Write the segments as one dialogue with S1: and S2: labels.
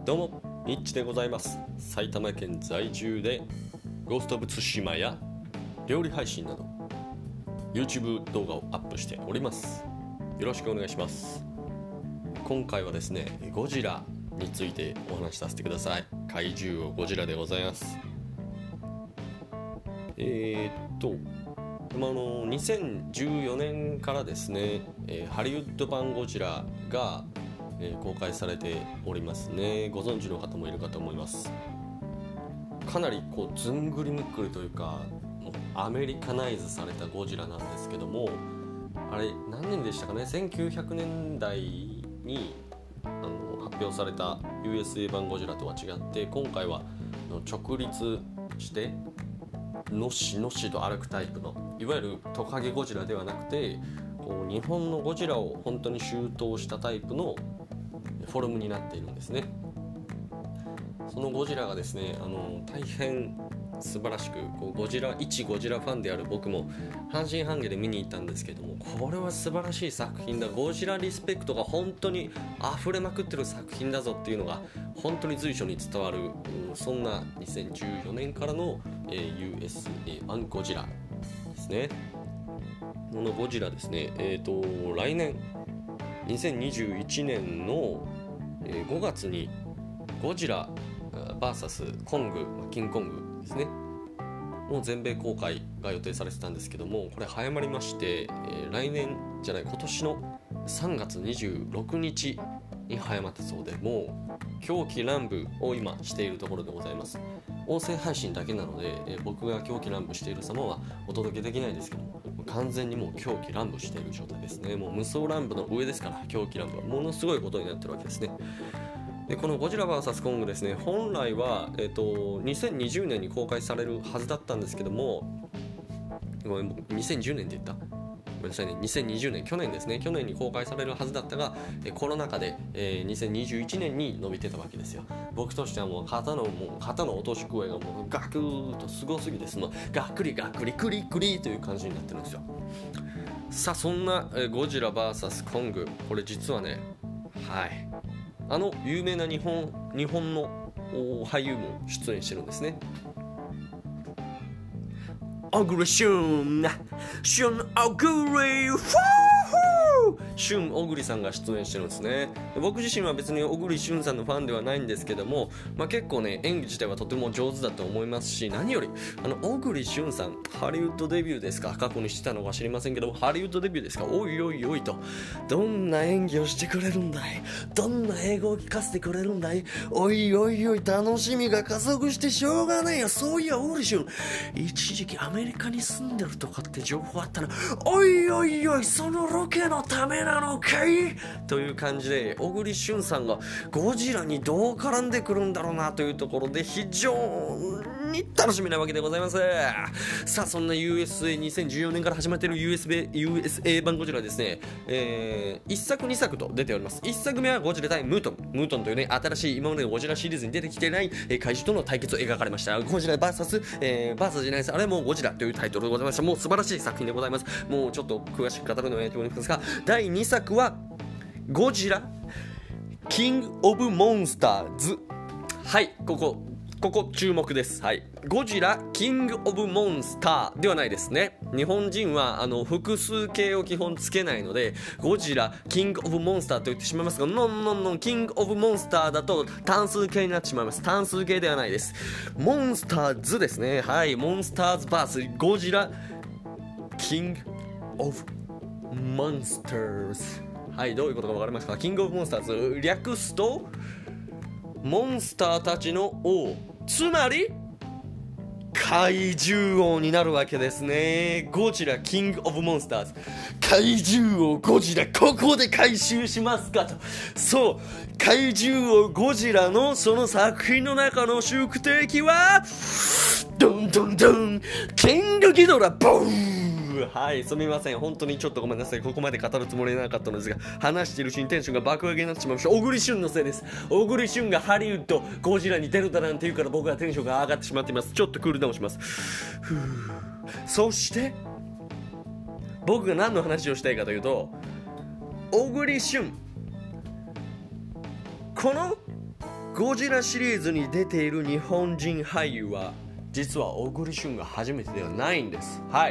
S1: どうもニッチでございます。埼玉県在住でゴースト・オブ・ツシマや料理配信など YouTube 動画をアップしております。よろしくお願いします。今回はですね、ゴジラについてお話しさせてください。怪獣王ゴジラでございます。2014年からですね、ハリウッド版ゴジラが公開されておりますね。ご存知の方もいるかと思います。かなりずんぐりむっくりというかアメリカナイズされたゴジラなんですけども、あれ何年でしたかね、1900年代に発表された USA 版ゴジラとは違って、今回は直立してのしのしと歩くタイプのいわゆるトカゲゴジラではなくて、日本のゴジラを本当に周到したタイプのフォルムになっているんですね。そのゴジラがですね、大変素晴らしく一ゴジラファンである僕も半信半疑で見に行ったんですけども、これは素晴らしい作品だ、ゴジラリスペクトが本当に溢れまくってる作品だぞっていうのが本当に随所に伝わる、そんな2014年からの、USA 版ゴジラですね。このゴジラですね、来年2021年の5月にゴジラ VS コング、キングコングですねの全米公開が予定されてたんですけども、これ早まりまして、今年の3月26日に早まったそうで、もう狂気乱舞を今しているところでございます。音声配信だけなので、僕が狂気乱舞している様はお届けできないですけども、完全にもう狂気乱舞している状態ですね。もう無双乱舞の上ですから、狂気乱舞はものすごいことになってるわけですね。でこのゴジラ VS コングですね、本来は、2020年に公開されるはずだったんですけども、2010年って言ったごめんなさいね、2020年、去年ですね、去年に公開されるはずだったが、コロナ禍で、2021年に伸びてたわけですよ。僕としてはもう肩の落とし具合がもうガクーとすごすぎです。もうガクリガクリクリクリという感じになってるんですよ。さあそんなゴジラ VS コング、これ実はね、有名な日本の俳優も出演してるんですね。小栗旬小栗小栗さんが出演してるんですね。僕自身は別に小栗旬さんのファンではないんですけども、結構ね演技自体はとても上手だと思いますし、何より小栗旬さんハリウッドデビューですか、過去にしてたのか知りませんけども、ハリウッドデビューですか、おいおいおいと、どんな演技をしてくれるんだい、どんな英語を聞かせてくれるんだい、おいおいおい、楽しみが加速してしょうがないよ。そういや小栗旬一時期アメリカに住んでるとかって情報あったな、おいおいおい、そのロケのためなのかいという感じで、小栗旬さんがゴジラにどう絡んでくるんだろうなというところで非常に楽しみなわけでございます。さあそんな USA2014 年から始まっている USA 版ゴジラですね、1作2作と出ております。1作目はゴジラ対ムートンというね、新しい今までのゴジラシリーズに出てきてない怪獣との対決を描かれました。ゴジラ VS バーサじゃないです、あれはもうゴジラというタイトルでございました。もう素晴らしい作品でございます。もうちょっと詳しく語るのはやっておりますが、第2作はゴジラキングオブモンスターズ。ここ注目です。ゴジラキングオブモンスターではないですね。日本人は複数形を基本つけないので、ゴジラキングオブモンスターと言ってしまいますが、キングオブモンスターだと単数形になってしまいます。単数形ではないです。モンスターズですね。モンスターズバースゴジラキングオブモンスターズ。どういうことか分かりますか。キングオブモンスターズ略すとモンスターたちの王、つまり怪獣王になるわけですね。ゴジラキングオブモンスターズ、怪獣王ゴジラここで回収しますかと。そう、怪獣王ゴジラのその作品の中の宿敵はドンドンドンキングギドラボーン。すみません、本当にちょっとごめんなさい、ここまで語るつもりなかったのですが、話しているうちにテンションが爆上げになってしまいました。小栗旬のせいです。小栗旬がハリウッドゴジラに出るだなんて言うから僕はテンションが上がってしまっています。ちょっとクールダウンします。そして僕が何の話をしたいかというと、小栗旬このゴジラシリーズに出ている日本人俳優は実は小栗旬が初めてではないんです。はい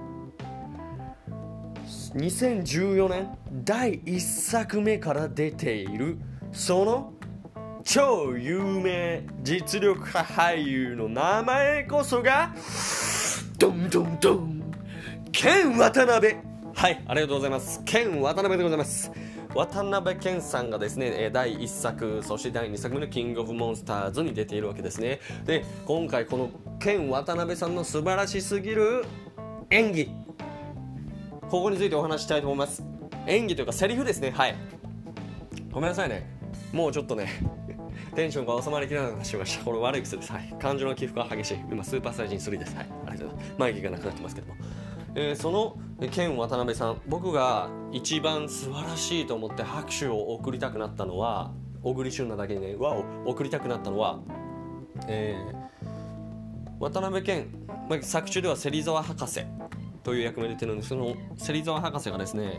S1: 、2014年第1作目から出ているその超有名実力派俳優の名前こそがドンドンドンケン・渡辺。はい、ありがとうございます。ケン・渡辺でございます。渡辺謙さんがですね、第1作そして第2作目のキングオブモンスターズに出ているわけですね。で、今回このケン・渡辺さんの素晴らしすぎる演技、ここについてお話ししたいと思います。演技というかセリフですね。はい、ごめんなさいね、もうちょっとねテンションが収まりきらなくなってしまいました。これ悪い癖です。はい、感情の起伏が激しい。今スーパーサイジン3です。はい、ありがとうございます。眉毛がなくなってますけども、そのケン・渡辺さん、僕が一番素晴らしいと思って拍手を送りたくなったのは、小栗旬なだけにね、わお送りたくなったのは、渡辺謙、作中では芹沢博士という役名で出てるんですけど、芹沢博士がですね、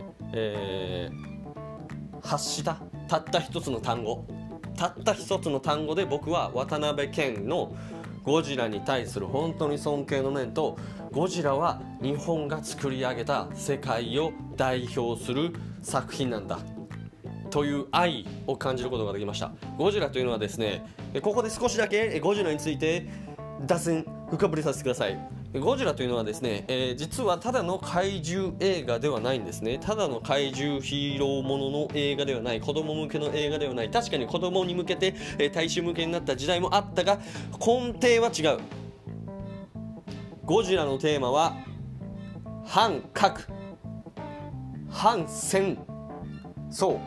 S1: 発したたった一つの単語で僕は渡辺謙のゴジラに対する本当に尊敬の念と、ゴジラは日本が作り上げた世界を代表する作品なんだという愛を感じることができました。ゴジラというのはですね、ここで少しだけゴジラについて脱線深掘りさせてください。ゴジラというのはですね、実はただの怪獣映画ではないんですね。ただの怪獣ヒーローものの映画ではない、子供向けの映画ではない。確かに子供に向けて、大衆向けになった時代もあったが、根底は違う。ゴジラのテーマは反核、反戦争、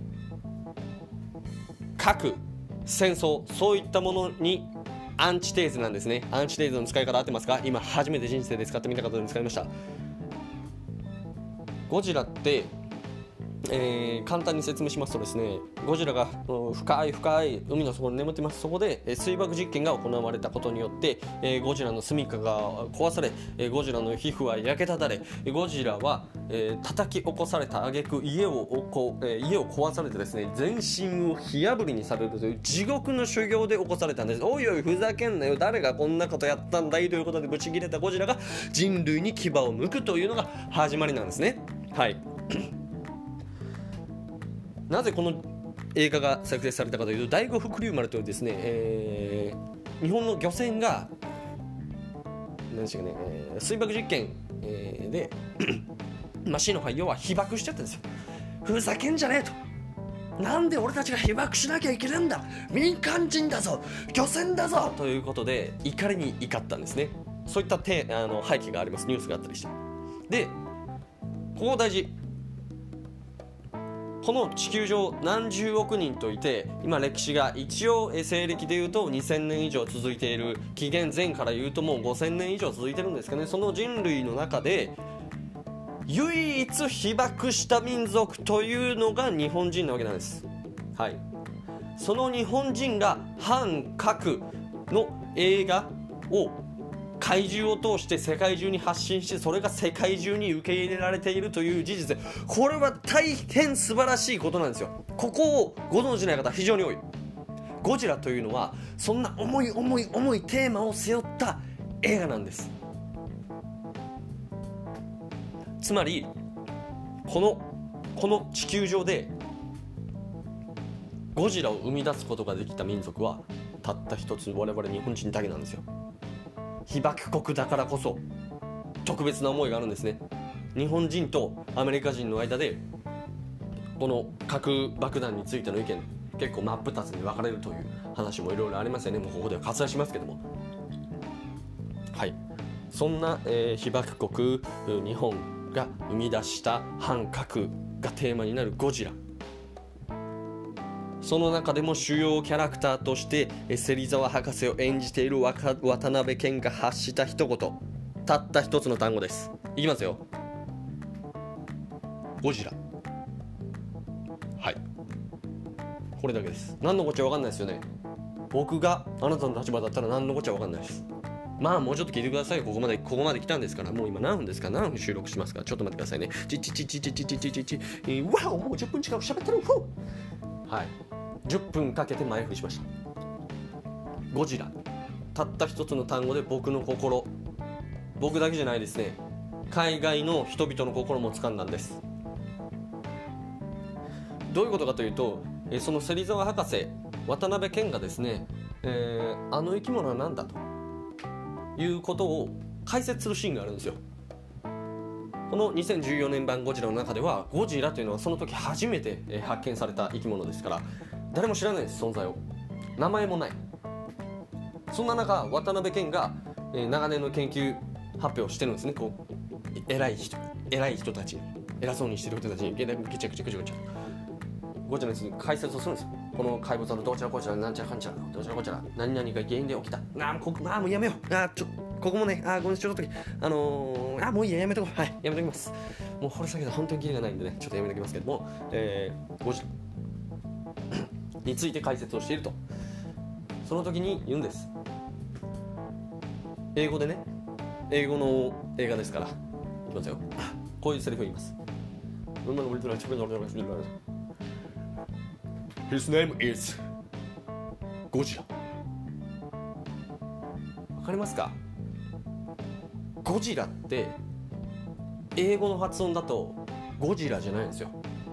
S1: 核、戦争、そういったものにアンチテーゼなんですね。アンチテーゼの使い方合ってますか？今初めて人生で使ってみた方に使いました。ゴジラって、簡単に説明しますとですね、ゴジラが深い海の底に眠っています。そこで水爆実験が行われたことによって、ゴジラの住処が壊され、ゴジラの皮膚は焼けただれ、ゴジラは、叩き起こされた挙句家を壊されてですね、全身を火あぶりにされるという地獄の修行で起こされたんです。おいおいふざけんなよ、誰がこんなことやったんだいということでブチ切れたゴジラが人類に牙を剥くというのが始まりなんですね。はいなぜこの映画が作成されたかというと、第五福竜丸というですね、日本の漁船が何でしたかね、水爆実験、で死の要は被爆しちゃったんですよ。ふざけんじゃねえと、なんで俺たちが被爆しなきゃいけないんだ、民間人だぞ、漁船だぞということで怒りに怒ったんですね。そういった背景があります。ニュースがあったりして、でここ大事、この地球上何十億人といて、今歴史が一応西暦でいうと2000年以上続いている、紀元前からいうともう5000年以上続いてるんですかね。その人類の中で唯一被爆した民族というのが日本人なわけなんです。はい、その日本人が反核の映画を怪獣を通して世界中に発信して、それが世界中に受け入れられているという事実、これは大変素晴らしいことなんですよ。ここをご存じない方非常に多い。ゴジラというのはそんな重いテーマを背負った映画なんです。つまりこの地球上でゴジラを生み出すことができた民族はたった一つ、我々日本人だけなんですよ。被爆国だからこそ特別な思いがあるんですね。日本人とアメリカ人の間でこの核爆弾についての意見結構真っ二つに分かれるという話もいろいろありますよね。もうここでは割愛しますけども、はい、そんな、被爆国日本が生み出した反核がテーマになるゴジラ、その中でも主要キャラクターとして芹沢博士を演じている渡辺謙が発した一言、たった一つの単語です。いきますよ、ゴジラ。はい、これだけです。何のこっちゃ分かんないですよね。僕があなたの立場だったら何のこっちゃ分かんないです。まあもうちょっと聞いてください。ここまで来たんですから。もう今何分ですか？何分収録しますか？ちょっと待ってくださいね。わお、もう10分近く喋ってる。はい、10分かけて前振りしました。 ゴジラ、たった一つの単語で僕の心、僕だけじゃないですね、海外の人々の心も掴んだんです。どういうことかというと、その芹沢博士、渡辺謙がですね、あの生き物は何だということを解説するシーンがあるんですよ。この2014年版ゴジラの中では、ゴジラというのはその時初めて発見された生き物ですから、誰も知らないです、存在を。名前もない。そんな中、渡辺謙が長年の研究発表をしてるんですね。こう偉い人たちに、偉そうにしてる人たちにげちゃぐちゃゴジラについて解説をするんですよ。この怪物のどうちゃらこうちゃら、なんちゃらかんちゃら、どうちゃらこうちゃら、何々が原因で起きた。もうやめよう。ここもね、ごめん、ちょっとだけもういいや、やめとこう。はい、やめときます。もう掘り下げたら本当にキリがないんでね、ちょっとやめときますけども、ゴジラについて解説をしていると。その時に言うんです。英語でね、英語の映画ですから、いきますよ。こういうセリフを言います。His name is ゴジラ。わかりますか？ゴジラって英語の発音だとゴジラじゃないんですよ。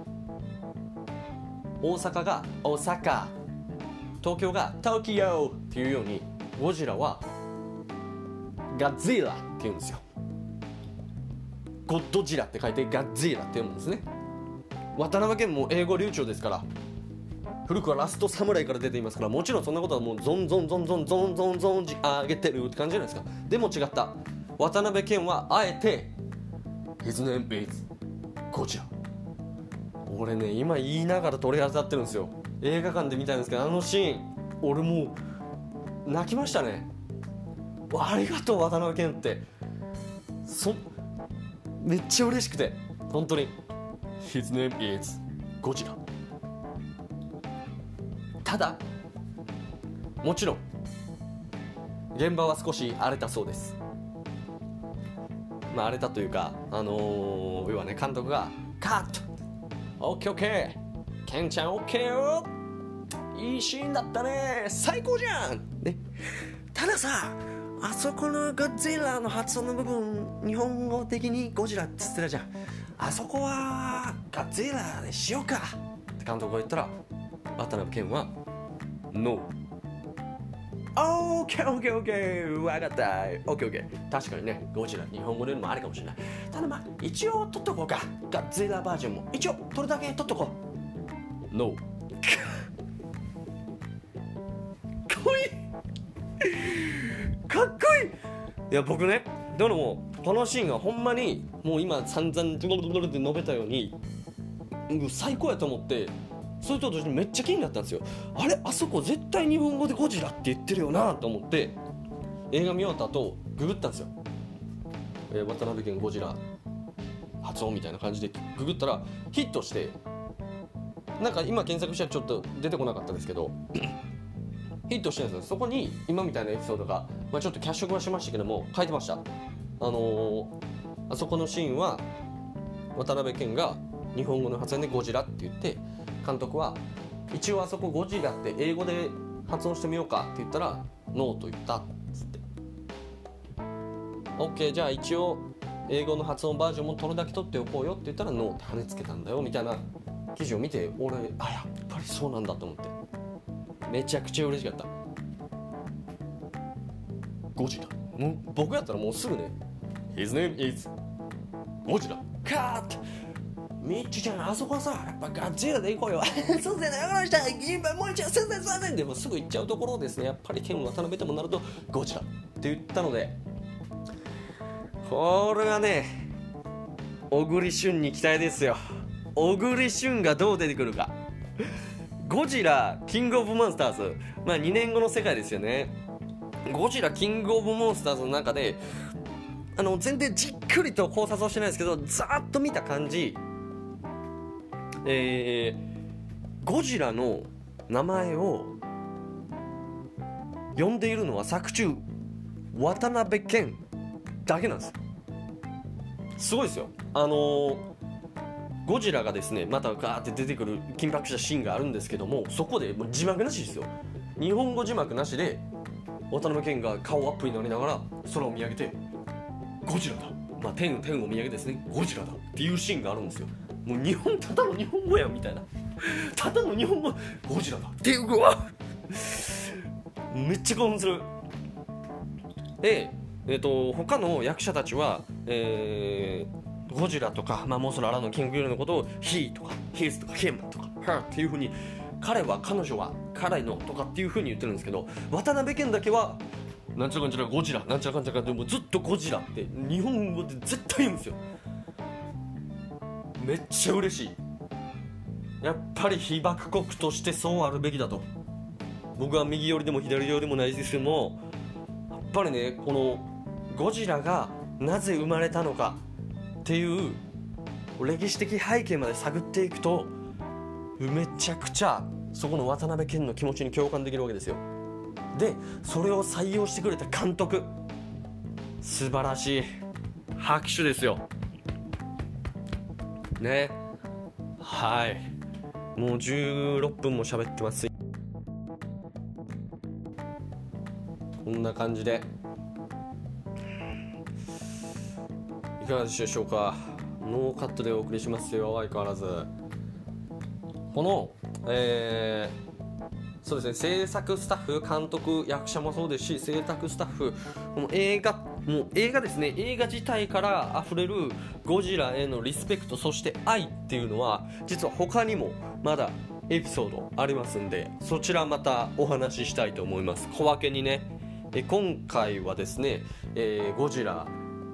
S1: 大阪が大阪、東京が東京っていうように、ゴジラはガッジラって言うんですよ。ゴッドジラって書いてガッジラって読むんですね。渡辺謙も英語流暢ですから、古くはラストサムライから出ていますから、もちろんそんなことはもうゾンじ上げてるって感じじゃないですか。でも違った。渡辺謙はあえて His name is ゴジラ。俺ね、今言いながら鳥肌立ってるんですよ。映画館で見たんですけど、あのシーン俺もう泣きましたね。ありがとう渡辺謙って、めっちゃ嬉しくて、本当に His name is ゴジラ。ただもちろん現場は少し荒れたそうです。荒れたというか、要はね、監督がカット、オッケーオッケー、ケンちゃんオッケーよ、いいシーンだったね、最高じゃんね。たださ、あそこのゴジラの発音の部分、日本語的にゴジラって言ってたじゃん、あそこはゴジラでしようかって監督が言ったら、渡辺謙はノー。オーケーオーケーオーケー、分かった、オーケーオーケー。確かにね、ゴジラ日本語で言うのもありかもしれない。ただ一応撮っとこうか、ゴジラバージョンも一応撮るだけ撮っとこう。ノー。かっこいい、かっこいい。いや、僕ね、どれもこのシーンがほんまにもう今散々って述べたように最高やと思って、それと同時にめっちゃ気になったんですよ。あそこ絶対日本語でゴジラって言ってるよなと思って、映画見終わった後ググったんですよ。渡辺謙ゴジラ発音みたいな感じでググったらヒットして、なんか今検索したらちょっと出てこなかったですけどヒットしてるんですよ。そこに今みたいなエピソードが、ちょっと脚色はしましたけども書いてました。あそこのシーンは渡辺謙が日本語の発音でゴジラって言って、監督は一応あそこゴジラって英語で発音してみようかって言ったらノーと言ったっつって、 OK、 じゃあ一応英語の発音バージョンも取るだけ取っておこうよって言ったらノーって跳ねつけたんだよみたいな記事を見て、俺やっぱりそうなんだと思って、めちゃくちゃ嬉しかった。ゴジラ、もう僕やったらもうすぐね His name is ゴジラカーッと、ミッチちゃん、あそこはさ、やっぱガッジラで行こうよそうですね、わかりました、銀杯もう一度、すいませんでもすぐ行っちゃうところですね。やっぱり剣渡辺ともなるとゴジラって言ったので、これはね、小栗旬に期待ですよ。小栗旬がどう出てくるか。ゴジラキングオブモンスターズ、2年後の世界ですよね。ゴジラキングオブモンスターズの中で全然じっくりと考察をしてないですけど、ざーっと見た感じ、ゴジラの名前を呼んでいるのは作中渡辺謙だけなんですよ。すごいですよ。ゴジラがですね、またガーって出てくる緊迫したシーンがあるんですけども、そこでもう字幕なしですよ。日本語字幕なしで渡辺謙が顔アップになりながら空を見上げてゴジラだ、まあ天を見上げてですね、ゴジラだっていうシーンがあるんですよ。もうただの日本語やんみたいな、ただの日本語、ゴジラだっていう、うわめっちゃ興奮する。で他の役者たちは、ゴジラとか、まあ、モスララのキングギドラのことを He とか His とか Him とか Her っていう風に、彼女は彼のとかっていう風に言ってるんですけど、渡辺謙だけはなんちゃらかんちゃらゴジラなんちゃらかんちゃらでもずっとゴジラって日本語で絶対言うんですよ。めっちゃ嬉しい。やっぱり被爆国としてそうあるべきだと。僕は右寄りでも左寄りでもないですけども、やっぱりね、このゴジラがなぜ生まれたのかっていう歴史的背景まで探っていくと、めちゃくちゃそこの渡辺謙の気持ちに共感できるわけですよ。でそれを採用してくれた監督、素晴らしい、拍手ですよね。はい、もう16分も喋ってます。こんな感じでいかがでしょうか。ノーカットでお送りしますよ。相変わらずこの、そうですね、制作スタッフ、監督、役者もそうですし、制作スタッフ、この映画ですね、映画自体から溢れるゴジラへのリスペクト、そして愛っていうのは実は他にもまだエピソードありますんで、そちらまたお話ししたいと思います。小分けにね。今回はですね、ゴジラ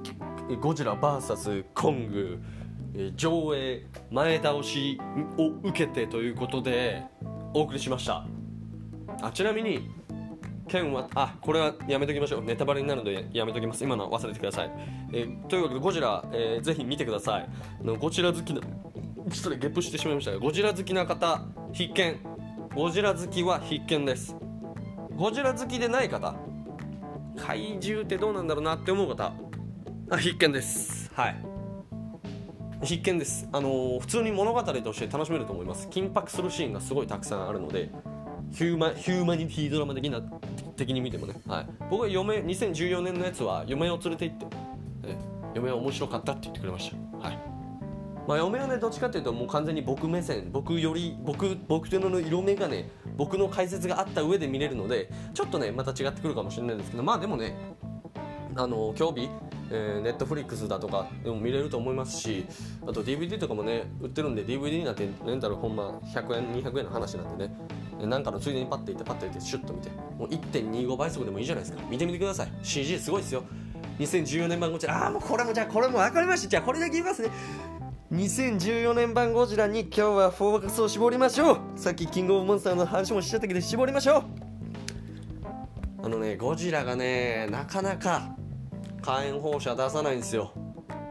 S1: VS コング上映前倒しを受けてということでお送りしました。ちなみにケンはこれはやめときましょう、ネタバレになるのでやめときます。今のは忘れてください。というわけでゴジラ、ぜひ見てください。ゴジラ好きな、ちょっとゲップしてしまいましたが、ゴジラ好きな方必見、ゴジラ好きは必見です。ゴジラ好きでない方、怪獣ってどうなんだろうなって思う方、必見です。はい、必見です。普通に物語として楽しめると思います。緊迫するシーンがすごいたくさんあるので、ヒューマニティドラマ的に見てもね、はい、僕は2014年のやつは嫁を連れて行って、嫁は面白かったって言ってくれました。はい、まあ、嫁はね、どっちかっていうともう完全に僕目線、僕というのの色眼鏡、僕の解説があった上で見れるので、ちょっとねまた違ってくるかもしれないんですけど、まあでもね、今日ネットフリックスだとかでも見れると思いますし、あと DVD とかもね売ってるんで、 DVD なんてレンタルほんま100円200円の話なんでね、なんかのついでにパッていってシュッと見て、もう 1.25 倍速でもいいじゃないですか。見てみてください。 CG すごいですよ。2014年版ゴジラ、もうこれも分かりました。じゃあこれだけ言いますね。2014年版ゴジラに今日はフォーカスを絞りましょう。さっきキングオブモンスターの話もしちゃったけど絞りましょう。ゴジラがね、なかなか火炎放射出さないんですよ。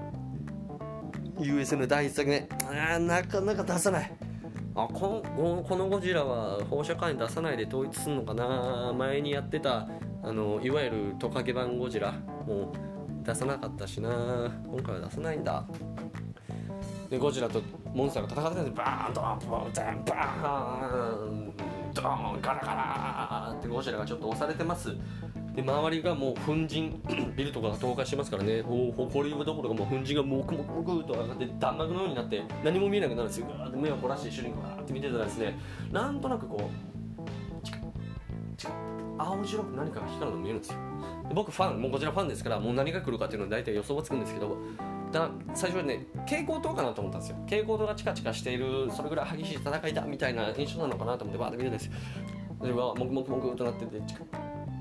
S1: US の第一作目、なかなか出さない。このゴジラは放射火炎出さないで統一するのかな。前にやってたいわゆるトカゲ版ゴジラもう出さなかったしな。今回は出さないんだ。でゴジラとモンスターが戦ってるんですよ。バーンドーンボーンザンバーンドーンガラガラってゴジラがちょっと押されてます。で周りがもう粉塵ビルとかが倒壊してますからね、埃どころかもう粉塵がもくもくもくと上がって弾幕のようになって何も見えなくなるんですよ。目を凝らして主人公がって見てたらですね、なんとなくこうチカチカ青白く何かが光るのが見えるんですよ。で僕もうゴジラファンですから、もう何が来るかっていうのは大体予想はつくんですけど、最初はね蛍光灯かなと思ったんですよ。蛍光灯がチカチカしている、それぐらい激しい戦いだみたいな印象なのかなと思ってバーって見るんですよ。でモクモクモクとなっててチカ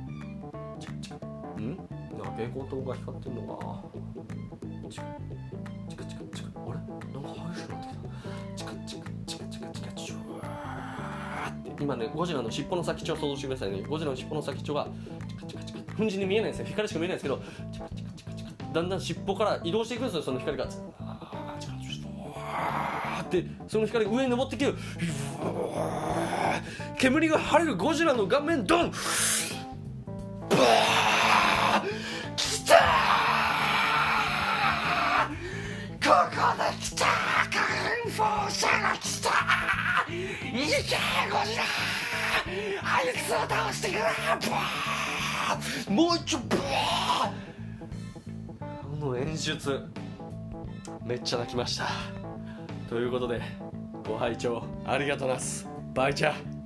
S1: 蛍光灯が光ってんのか。チカチカチカチカ、あれなんか激しくなってきた。チカチカチカチカチカチュワーって今ね、ゴジラの尻尾の先っちょを想像してくださいね。ゴジラの尻尾の先っちょがチカチカチカ、粉塵に見えないんですよ。光しか見えないんですけど、チカチカチカチカ、だんだん尻尾から移動していくんですよ。その光がチカチカチカってその光が上に登ってきて、煙が晴れるゴジラの顔面ドン、来たー、ここで来たー、火炎放射が来たー、いけーゴジラー、あいつを倒してくれー、 もう一丁ブワー、この演出めっちゃ泣きました。ということでご拝聴ありがとうございます。バイチャー。